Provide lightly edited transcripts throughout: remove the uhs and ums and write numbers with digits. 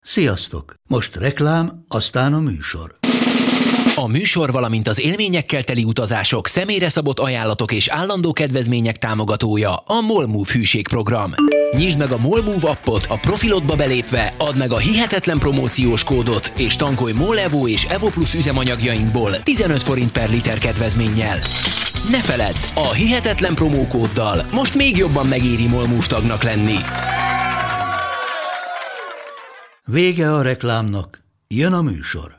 Sziasztok! Most reklám, aztán a műsor. A műsor, valamint az élményekkel teli utazások, személyre szabott ajánlatok és állandó kedvezmények támogatója a MOLMOVE hűségprogram. Nyisd meg a MOLMOVE appot, a profilodba belépve, add meg a hihetetlen promóciós kódot, és tankolj MOL Evo és Evo Plus üzemanyagjainkból 15 forint per liter kedvezménnyel. Ne feledd, a hihetetlen promókóddal most még jobban megéri MOLMOVE tagnak lenni. Vége a reklámnak, jön a műsor.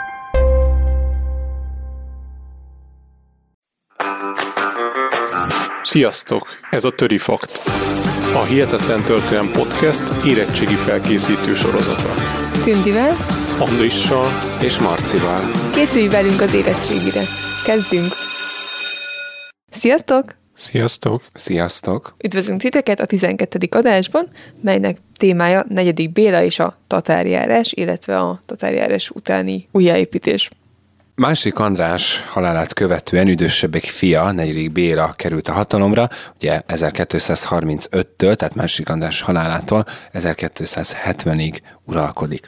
Sziasztok! Ez a Töri Fakt. A Hihetetlen Történelem Podcast érettségi felkészítő sorozata. Tündivel, Andrissal és Marcival. Készülj velünk az érettségire. Kezdünk! Sziasztok! Sziasztok! Sziasztok! Üdvözlünk titeket a 12. adásban, melynek témája 4. Béla és a tatárjárás, illetve a tatárjárás utáni újjáépítés. Második András halálát követően idősebbik fia, 4. Béla került a hatalomra, ugye 1235-től, tehát második András halálától 1270-ig uralkodik.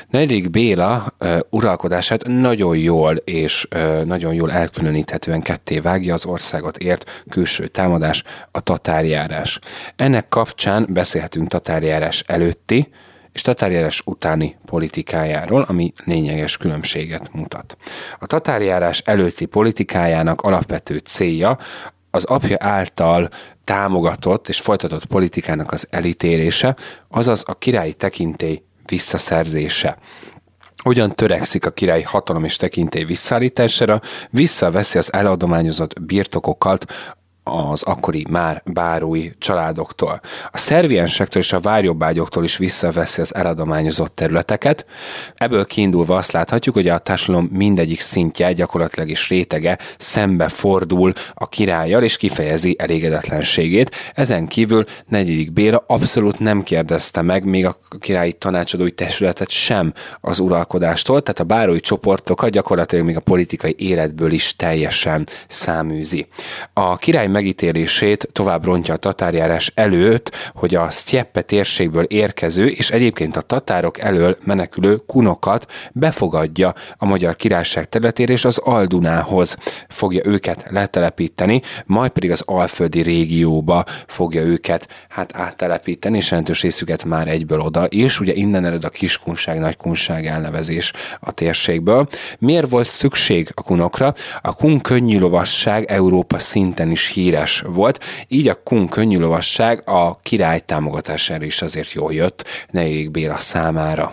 4. Béla uralkodását nagyon jól és nagyon jól elkülöníthetően ketté vágja az országot ért külső támadás, a tatárjárás. Ennek kapcsán beszélhetünk tatárjárás előtti és tatárjárás utáni politikájáról, ami lényeges különbséget mutat. A tatárjárás előtti politikájának alapvető célja az apja által támogatott és folytatott politikának az elítélése, azaz a királyi tekintély visszaszerzése. Hogyan törekszik a királyi hatalom és tekintély visszaállítására, visszaveszi az eladományozott birtokokat az akkori már bárói családoktól. A szerviensektől és a várjobbágyoktól is visszaveszi az eladományozott területeket. Ebből kiindulva azt láthatjuk, hogy a társadalom mindegyik szintje, gyakorlatilag is rétege szembe fordul a királlyal, és kifejezi elégedetlenségét. Ezen kívül 4. Béla abszolút nem kérdezte meg még a királyi tanácsadói testületet sem az uralkodástól, tehát a bárói csoportokat gyakorlatilag még a politikai életből is teljesen száműzi. A király megítélését tovább rontja a tatárjárás előtt, hogy a Sztyeppe térségből érkező és egyébként a tatárok elől menekülő kunokat befogadja a Magyar Királyság területére, és az Al-Dunához fogja őket letelepíteni, majd pedig az alföldi régióba fogja őket áttelepíteni, és jelentős részüket már egyből oda, és ugye innen ered a kiskunság, nagykunság elnevezés a térségből. Miért volt szükség a kunokra? A kun könnyű lovasság Európa szinten is híres volt, így a kun könnyű lovasság a király támogatására is azért jól jött 4. Béla számára.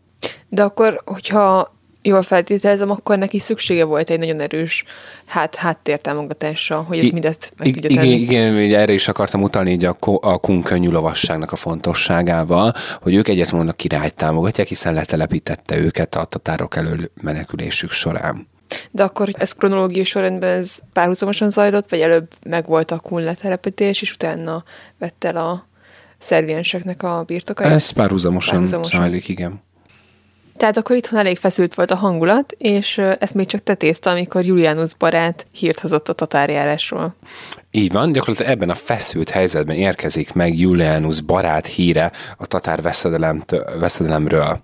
De akkor, hogyha jól feltételezem, akkor neki szüksége volt egy nagyon erős háttértámogatásra, hogy ez mindet meg tudja tenni. Igen, erre is akartam utalni így a kun könnyű lovasságnak a fontosságával, hogy ők egyetlenül a királyt támogatják, hiszen letelepítette őket a tatárok elől menekülésük során. De akkor ez kronológiai sorrendben ez párhuzamosan zajlott, vagy előbb megvolt a kun letelepítés, és utána vett el a szervienseknek a birtokait? Ez párhuzamosan zajlik, igen. Tehát akkor itthon elég feszült volt a hangulat, és ezt még csak tetézte, amikor Julianus barát hírt hozott a tatárjárásról. Így van, gyakorlatilag ebben a feszült helyzetben érkezik meg Julianus barát híre a tatár veszedelemről.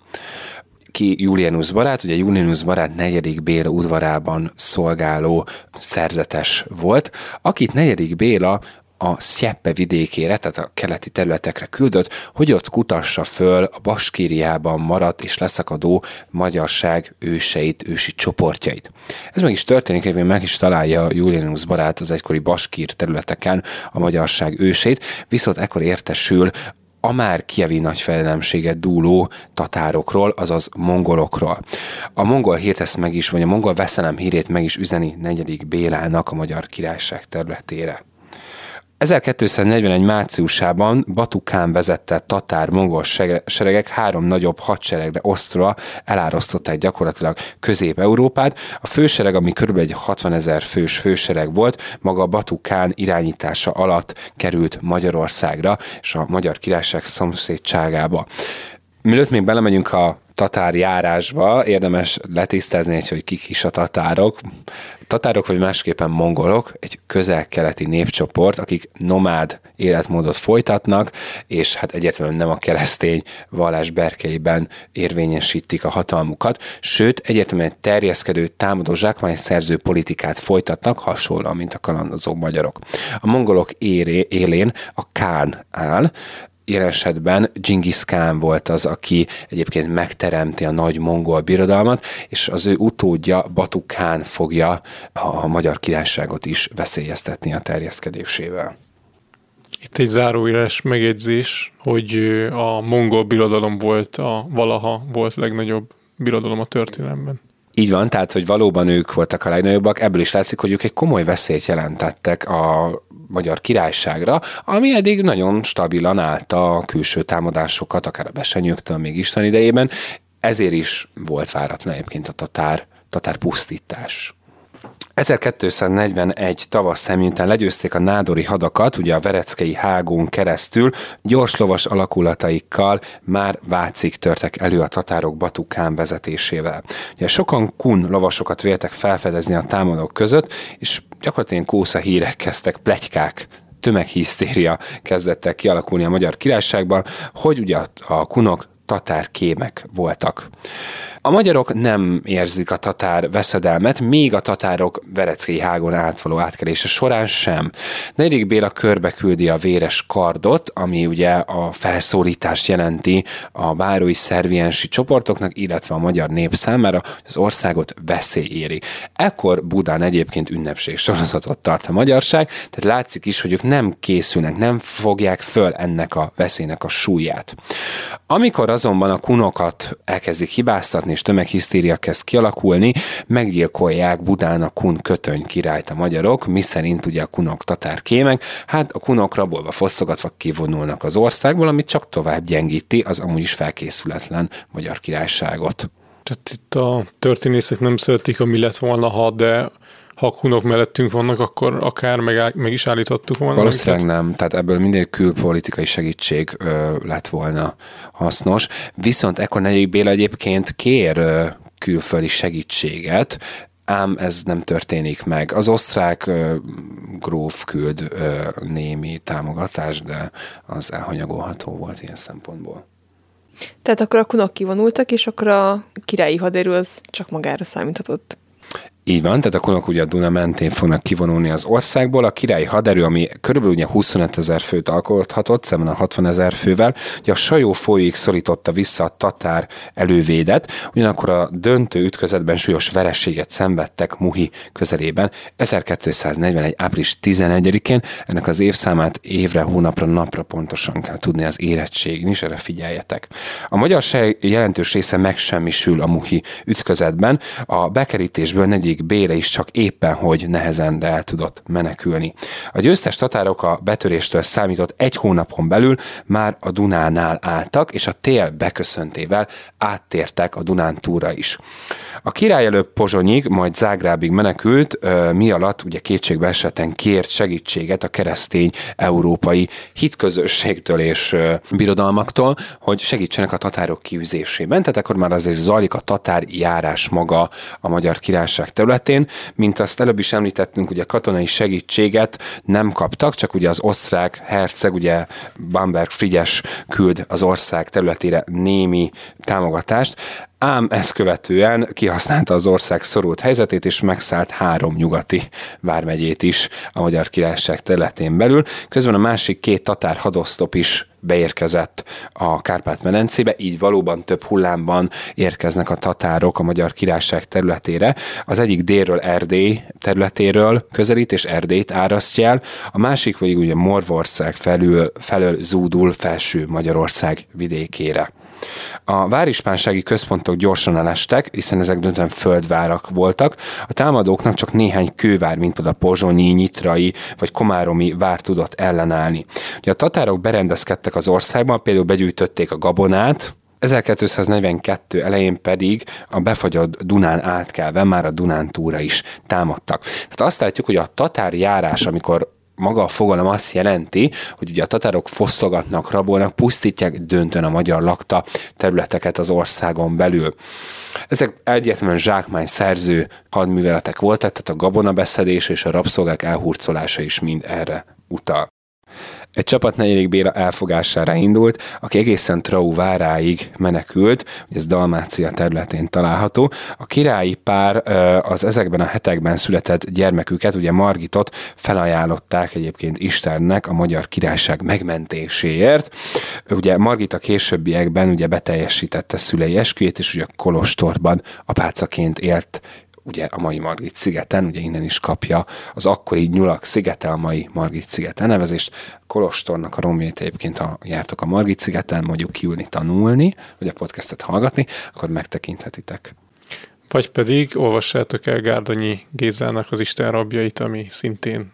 Ki Julianus barát? Ugye Julianus barát 4. Béla udvarában szolgáló szerzetes volt, akit 4. Béla a Sztyeppe vidékére, tehát a keleti területekre küldött, hogy ott kutassa föl a Baskíriában maradt és leszakadó magyarság őseit, ősi csoportjait. Ez meg is történik, hogy meg is találja Julianus barát az egykori baskír területeken a magyarság őseit, viszont ekkor értesül a már kijevi nagyfejedelemséget dúló tatárokról, azaz mongolokról. A mongol hírt ezt meg is, vagy a mongol veszelem hírét meg is üzeni 4. Bélának a Magyar Királyság területére. 1241. márciusában Batu Kán vezette tatár-mongol seregek 3 nagyobb hadseregre osztva elárasztották gyakorlatilag Közép-Európát. A fősereg, ami körülbelül egy 60 000 fős fősereg volt, maga Batu Kán irányítása alatt került Magyarországra és a Magyar Királyság szomszédságába. Mielőtt még belemegyünk a tatárjárásba érdemes letisztázni, hogy kik is a tatárok. Tatárok, vagy másképpen mongolok, egy közel-keleti népcsoport, akik nomád életmódot folytatnak, és hát egyértelműen nem a keresztény vallás berkeiben érvényesítik a hatalmukat, sőt, egyértelműen terjeszkedő, támadó zsákmányszerző politikát folytatnak, hasonlóan, mint a kalandozó magyarok. A mongolok élén a kán áll, ilyen esetben Dzsingisz Kán volt az, aki egyébként megteremti a nagy mongol birodalmat, és az ő utódja Batu Kán fogja a Magyar Királyságot is veszélyeztetni a terjeszkedésével. Itt egy zárójeles megjegyzés, hogy a mongol birodalom valaha volt legnagyobb birodalom a történelemben. Így van, tehát, hogy valóban ők voltak a legnagyobbak, ebből is látszik, hogy ők egy komoly veszélyt jelentettek a Magyar Királyságra, ami eddig nagyon stabilan állta a külső támadásokat, akár a besenyőktől még Isten idejében, ezért is volt váratlan egyébként a tatár pusztítás. 1241 tavasszal, miután legyőzték a nádori hadakat, ugye a vereckei hágón keresztül, gyorslovas alakulataikkal már Vácig törtek elő a tatárok Batu Kán vezetésével. Ugye sokan kun lovasokat véltek felfedezni a támadók között, és gyakorlatilag kósza hírek kezdtek, pletykák, tömeghisztéria kezdettek kialakulni a Magyar Királyságban, hogy ugye a kunok tatárkémek voltak. A magyarok nem érzik a tatár veszedelmet, még a tatárok vereckei hágon átvaló átkelése során sem. Negyedik Béla körbe küldi a véres kardot, ami ugye a felszólítást jelenti a bárói szerviensi csoportoknak, illetve a magyar nép számára, hogy az országot veszély éri. Ekkor Budán egyébként ünnepségsorozatot tart a magyarság, tehát látszik is, hogy ők nem készülnek, nem fogják föl ennek a veszélynek a súlyát. Amikor azonban a kunokat elkezdik hibáztatni, és tömeghisztéria kezd kialakulni, meggyilkolják Budán a kun Kötöny királyt a magyarok, miszerint ugye a kunok tatárkémek, hát a kunok rabolva fosztogatva kivonulnak az országból, amit csak tovább gyengíti az amúgy is felkészületlen Magyar Királyságot. Tehát itt a történészek nem szeretik, ami lett volna, de ha a kunok mellettünk vannak, akkor akár meg is állítottuk volna. Valószínűleg nem, tehát ebből mindig külpolitikai segítség lett volna hasznos. Viszont ekkor negyedik Béla egyébként kér külföldi segítséget, ám ez nem történik meg. Az osztrák gróf küld némi támogatást, de az elhanyagolható volt ilyen szempontból. Tehát akkor a kunok kivonultak, és akkor a királyi haderő az csak magára számíthatott. Így van, tehát a kunok ugye a Duna mentén fognak kivonulni az országból. A királyi haderő, ami körülbelül ugye 25 000 főt alkothatott, szemben a 60 000 fővel, ugye a Sajó folyóig szorította vissza a tatár elővédet, ugyanakkor a döntő ütközetben súlyos vereséget szenvedtek Muhi közelében. 1241. április 11-én, ennek az évszámát évre, hónapra, napra pontosan kell tudni az érettségén is, erre figyeljetek. A magyarság jelentős része megsemmisül a Muhi ütközetben, a bekerítésből negyedik Béla is csak éppen hogy nehezen, de el tudott menekülni. A győztes tatárok a betöréstől számított egy hónapon belül már a Dunánál álltak, és a tél beköszöntével áttértek a Dunántúlra is. A király előbb Pozsonyig, majd Zágrábig menekült, mi alatt ugye kétségbe esetten kért segítséget a keresztény európai hitközösségtől és birodalmaktól, hogy segítsenek a tatárok kiűzésében. Tehát akkor már azért zajlik a tatárjárás maga a Magyar Királyság területén, mint azt előbb is említettünk, ugye katonai segítséget nem kaptak, csak ugye az osztrák herceg, ugye Bamberg Frigyes küld az ország területére némi támogatást, ám ezt követően kihasználta az ország szorult helyzetét, és megszállt 3 nyugati vármegyét is a Magyar Királyság területén belül. Közben a másik 2 tatár hadoszlop is beérkezett a Kárpát-medencébe, így valóban több hullámban érkeznek a tatárok a Magyar Királyság területére. Az egyik délről Erdély területéről közelít, és Erdélyt árasztja el, a másik pedig ugye Morvország felől zúdul Felső Magyarország vidékére. A várispánsági központok gyorsan elestek, hiszen ezek döntően földvárak voltak. A támadóknak csak néhány kővár, mint például a pozsonyi, nyitrai vagy komáromi vár tudott ellenállni. Ugye a tatárok berendezkedtek az országban, például begyűjtötték a gabonát, 1242 elején pedig a befagyott Dunán átkelve már a Dunántúlra is támadtak. Tehát azt látjuk, hogy a tatárjárás, amikor maga a fogalom azt jelenti, hogy ugye a tatárok fosztogatnak, rabolnak, pusztítják döntően a magyar lakta területeket az országon belül. Ezek egyértelműen zsákmány szerző hadműveletek voltak, tehát a gabonabeszedés és a rabszolgák elhurcolása is mind erre utal. Egy csapat 4. Béla elfogására indult, aki egészen Trau váráig menekült, hogy ez Dalmácia területén található. A királyi pár az ezekben a hetekben született gyermeküket, ugye Margitot felajánlották egyébként Istennek a magyar királyság megmentéséért. Ugye Margit a későbbiekben ugye beteljesítette szülei esküjét, és ugye Kolostorban apácaként élt, ugye a mai Margit szigeten, ugye innen is kapja az akkori Nyulak szigete, a mai Margit sziget elnevezést. Kolostornak a romjait egyébként, ha jártok a Margit szigeten, mondjuk kiülni, tanulni, vagy a podcastet hallgatni, akkor megtekinthetitek. Vagy pedig olvassátok el Gárdonyi Gézának az Isten rabjait, ami szintén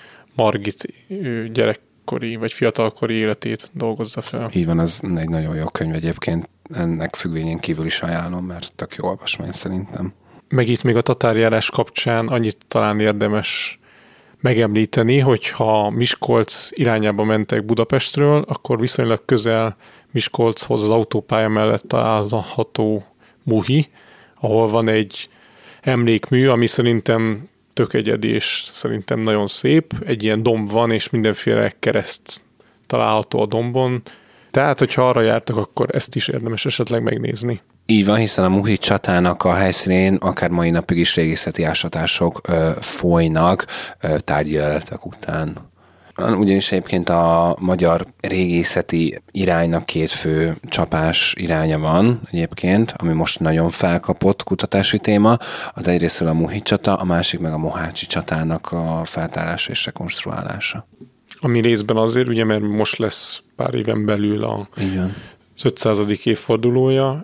Margit gyerekkori vagy fiatalkori életét dolgozza fel. Így van, az egy nagyon jó könyv egyébként. Ennek függvényén kívül is ajánlom, mert tök jó olvasmány szerintem. Meg itt még a tatárjárás kapcsán annyit talán érdemes megemlíteni, hogyha Miskolc irányába mentek Budapestről, akkor viszonylag közel Miskolchoz az autópálya mellett található Muhi, ahol van egy emlékmű, ami szerintem tök egyedi, és szerintem nagyon szép. Egy ilyen domb van, és mindenféle kereszt található a dombon. Tehát, hogyha arra jártak, akkor ezt is érdemes esetleg megnézni. Így van, hiszen a Muhi csatának a helyszínén akár mai napig is régészeti ásatások folynak tárgyi leletek után. Ugyanis egyébként a magyar régészeti iránynak 2 fő csapás iránya van egyébként, ami most nagyon felkapott kutatási téma. Az egyrésztről a Muhi csata, a másik meg a Mohácsi csatának a feltárása és rekonstruálása. Ami részben azért, ugye, mert most lesz pár éven belül az 500. évfordulója,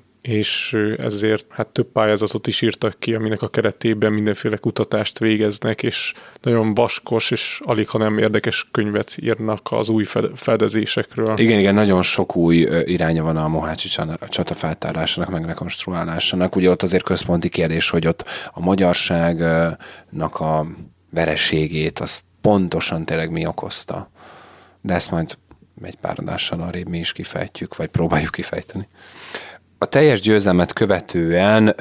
és ezért hát több pályázatot is írtak ki, aminek a keretében mindenféle kutatást végeznek, és nagyon vaskos és alig, ha nem érdekes könyvet írnak az új fedezésekről. Igen, nagyon sok új iránya van a Mohácsi csata feltárásának, meg rekonstruálásának. Ugye ott azért központi kérdés, hogy ott a magyarságnak a vereségét, azt pontosan tényleg mi okozta. De ezt majd egy pár adással arrébb mi is kifejtjük, vagy próbáljuk kifejteni. A teljes győzelmet követően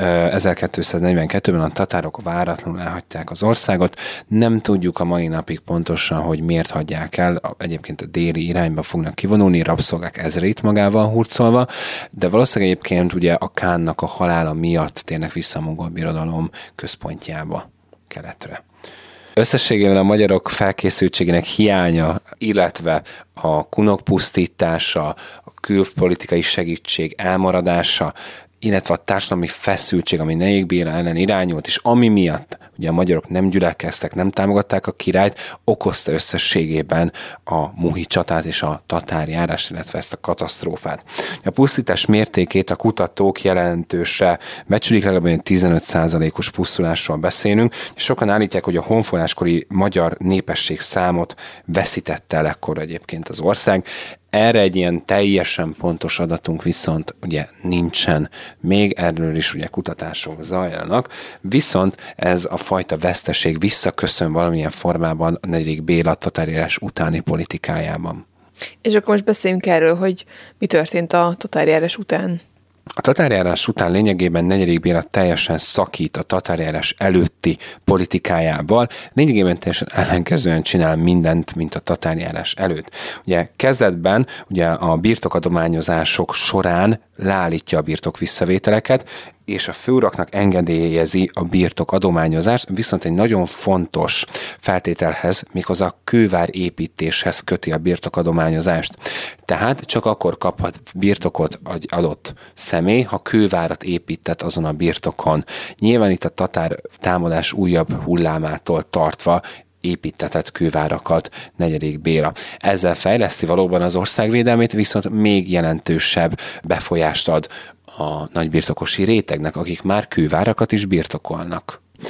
1242-ben a tatárok váratlanul elhagyták az országot. Nem tudjuk a mai napig pontosan, hogy miért hagyják el. Egyébként a déli irányba fognak kivonulni, rabszolgák ezreit magával hurcolva, de valószínűleg egyébként ugye a Kánnak a halála miatt térnek vissza a mongol birodalom központjába, keletre. Összességében a magyarok felkészültségének hiánya, illetve a kunok pusztítása, a külpolitikai segítség elmaradása, illetve a társadalmi feszültség, ami 4. Béla ellen irányult, és ami miatt ugye a magyarok nem gyülekeztek, nem támogatták a királyt, okozta összességében a Muhi csatát és a tatárjárást, illetve ezt a katasztrófát. A pusztítás mértékét a kutatók jelentősre becsülik, legalább 15%-os pusztulásról beszélünk, és sokan állítják, hogy a honfoglaláskori magyar népesség számot veszítette el ekkor egyébként az ország. Erre egy ilyen teljesen pontos adatunk viszont ugye nincsen. Még erről is ugye kutatások zajlanak, viszont ez a fajta veszteség visszaköszön valamilyen formában a 4. Béla tatárjárás utáni politikájában. És akkor most beszéljünk erről, hogy mi történt a tatárjárás után. A tatárjárás után lényegében 4. Béla teljesen szakít a tatárjárás előtti politikájával, lényegében teljesen ellenkezően csinál mindent, mint a tatárjárás előtt. Ugye kezdetben ugye a birtokadományozások során leállítja a birtok visszavételeket, és a főuraknak engedélyezi a birtok adományozást, viszont egy nagyon fontos feltételhez, méghozzá a kővár építéshez köti a birtokadományozást. Tehát csak akkor kaphat birtokot egy adott személy, ha kővárat épített azon a birtokon. Nyilván itt a tatár támadás újabb hullámától tartva építetett kővárakat 4. Béla. Ezzel fejleszti valóban az országvédelmét, viszont még jelentősebb befolyást ad a nagybirtokosi rétegnek, akik már kővárakat is birtokolnak.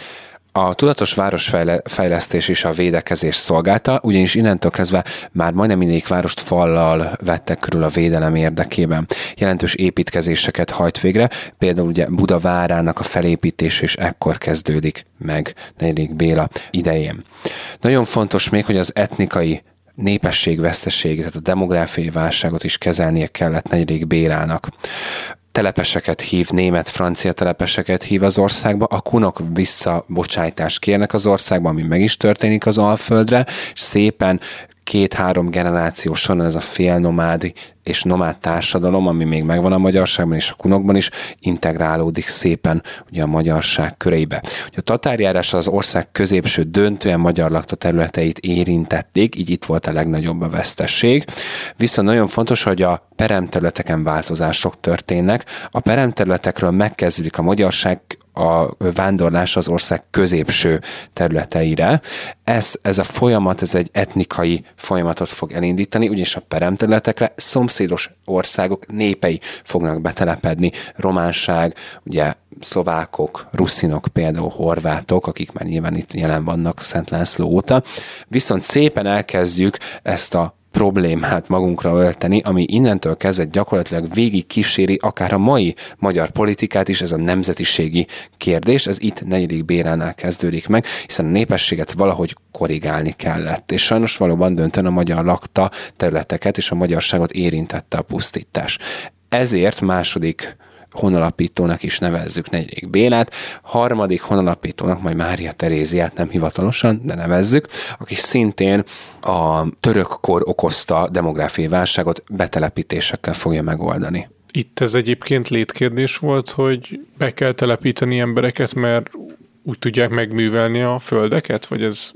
A tudatos városfejlesztés is a védekezés szolgálta, ugyanis innentől kezdve már majdnem mindegyik várost fallal vettek körül a védelem érdekében. Jelentős építkezéseket hajt végre, például ugye Buda várának a felépítés is ekkor kezdődik meg 4. Béla idején. Nagyon fontos még, hogy az etnikai népességveszteség, tehát a demográfiai válságot is kezelnie kellett 4. Bélának. Telepeseket hív, német-francia telepeseket hív az országba, a kunok visszabocsájtást kérnek az országba, ami meg is történik az Alföldre, és szépen 2-3 generáció során ez a félnomád és nomád társadalom, ami még megvan a magyarságban és a kunokban is, integrálódik szépen ugye a magyarság köreibe. Ugye a tatárjárás az ország középső döntően magyar lakta területeit érintették, így itt volt a legnagyobb a vesztesség. Viszont nagyon fontos, hogy a peremterületeken változások történnek. A peremterületekről megkezdődik a magyarság a vándorlás az ország középső területeire. Ez a folyamat, ez egy etnikai folyamatot fog elindítani, ugyanis a peremterületekre szomszédos országok népei fognak betelepedni. Románság, ugye szlovákok, ruszinok, például horvátok, akik már nyilván itt jelen vannak Szent László óta. Viszont szépen elkezdjük ezt a problémát magunkra ölteni, ami innentől kezdve gyakorlatilag végig kíséri akár a mai magyar politikát is, ez a nemzetiségi kérdés, ez itt 4. Bélánál kezdődik meg, hiszen a népességet valahogy korrigálni kellett, és sajnos valóban döntően a magyar lakta területeket és a magyarságot érintette a pusztítás. Ezért második honalapítónak is nevezzük 4. Bélát, harmadik honalapítónak majd Mária Teréziát, nem hivatalosan, de nevezzük, aki szintén a török kor okozta demográfiai válságot betelepítésekkel fogja megoldani. Itt ez egyébként létkérdés volt, hogy be kell telepíteni embereket, mert úgy tudják megművelni a földeket, vagy ez...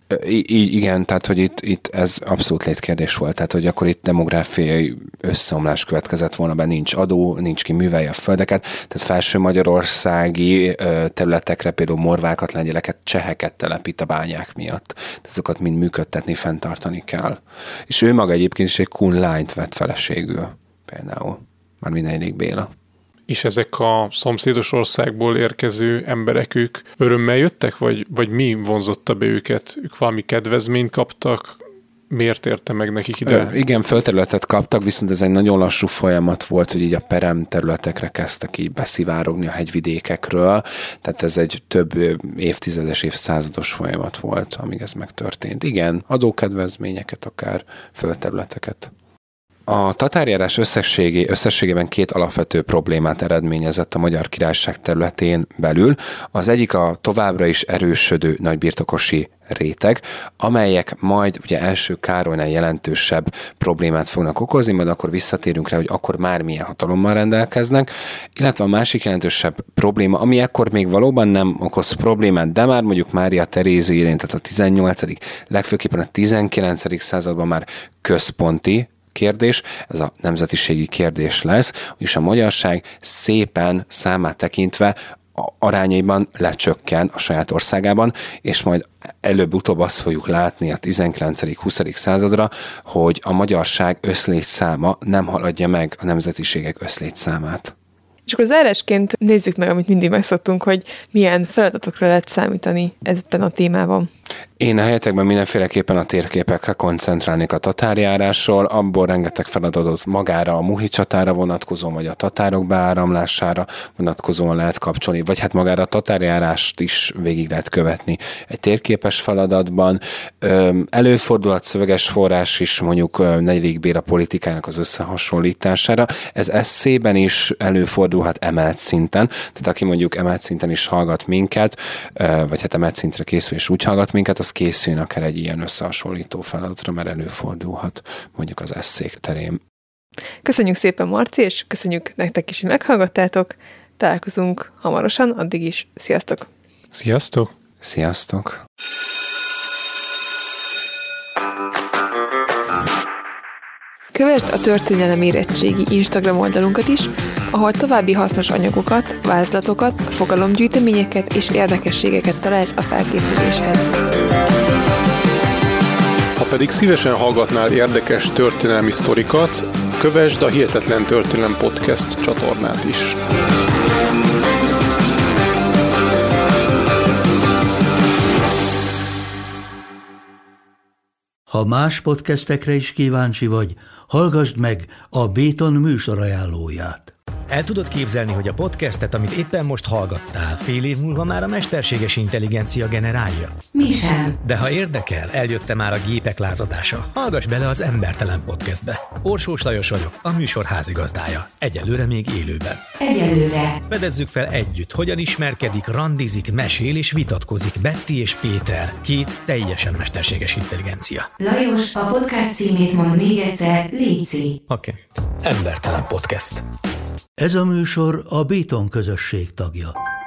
Igen, tehát hogy itt ez abszolút létkérdés volt, tehát hogy akkor itt demográfiai összeomlás következett volna be, nincs adó, nincs ki művelje a földeket, tehát felső magyarországi területekre például morvákat, lengyeleket, cseheket telepít a bányák miatt. Tehát azokat mind működtetni, fenntartani kell. És ő maga egyébként is egy kun lányt vett feleségül, például, már 4. Béla. És ezek a szomszédos országból érkező emberek, ők örömmel jöttek, vagy mi vonzotta be őket? Ők valami kedvezményt kaptak? Miért érte meg nekik ide? Igen, földterületet kaptak, viszont ez egy nagyon lassú folyamat volt, hogy így a perem területekre kezdtek így beszivárogni a hegyvidékekről, tehát ez egy több évtizedes, évszázados folyamat volt, amíg ez megtörtént. Igen, adókedvezményeket, akár földterületeket. A tatárjárás összességében 2 alapvető problémát eredményezett a Magyar Királyság területén belül. Az egyik a továbbra is erősödő nagybirtokosi réteg, amelyek majd ugye első Károlynál jelentősebb problémát fognak okozni, majd akkor visszatérünk rá, hogy akkor már milyen hatalommal rendelkeznek, illetve a másik jelentősebb probléma, ami ekkor még valóban nem okoz problémát, de már mondjuk Mária Terézia idején, tehát a 18., legfőképpen a 19. században már központi kérdés, ez a nemzetiségi kérdés lesz, és a magyarság szépen számát tekintve arányaiban lecsökken a saját országában, és majd előbb-utóbb azt fogjuk látni a 19.-20. századra, hogy a magyarság összlétszáma nem haladja meg a nemzetiségek összlétszámát. És akkor zárásként nézzük meg, amit mindig megszoktunk, hogy milyen feladatokra lehet számítani ebben a témában. Én a helyetekben mindenféleképpen a térképekre koncentrálnék a tatárjárásról, abból rengeteg feladatot magára a muhi csatára vonatkozóan, vagy a tatárok beáramlására vonatkozóan lehet kapcsolni, vagy hát magára a tatárjárást is végig lehet követni egy térképes feladatban. Előfordulhat szöveges forrás is mondjuk 4. Béla politikának az összehasonlítására. Ez eszében is előfordulhat emelt szinten, tehát aki mondjuk emelt szinten is hallgat minket, vagy hát emelt szintre készül és úgy hallgat minket, az készüljön akár egy ilyen összehasonlító feladatra, mert előfordulhat mondjuk az esszék terén. Köszönjük szépen, Marci, és köszönjük nektek is, hogy meghallgattátok. Találkozunk hamarosan, addig is. Sziasztok! Sziasztok! Sziasztok! Kövesd a Történelem Érettségi Instagram oldalunkat is, ahol további hasznos anyagokat, vázlatokat, fogalomgyűjteményeket és érdekességeket találsz a felkészüléshez. Ha pedig szívesen hallgatnál érdekes történelmi sztorikat, kövesd a Hihetetlen Történelem Podcast csatornát is. Ha más podcastekre is kíváncsi vagy, hallgassd meg a Béton műsor ajánlóját. El tudod képzelni, hogy a podcastet, amit éppen most hallgattál, fél év múlva már a mesterséges intelligencia generálja? Mi sem. De ha érdekel, eljött már a gépek lázadása. Hallgass bele az Embertelen Podcastbe. Orsós Lajos vagyok, a műsor házigazdája. Egyelőre még élőben. Egyelőre. Fedezzük fel együtt, hogyan ismerkedik, randizik, mesél és vitatkozik Betty és Péter, két teljesen mesterséges intelligencia. Lajos, a podcast címét mond még egyszer, léci. Oké. Embertelen Podcast. Ez a műsor a Béton közösség tagja.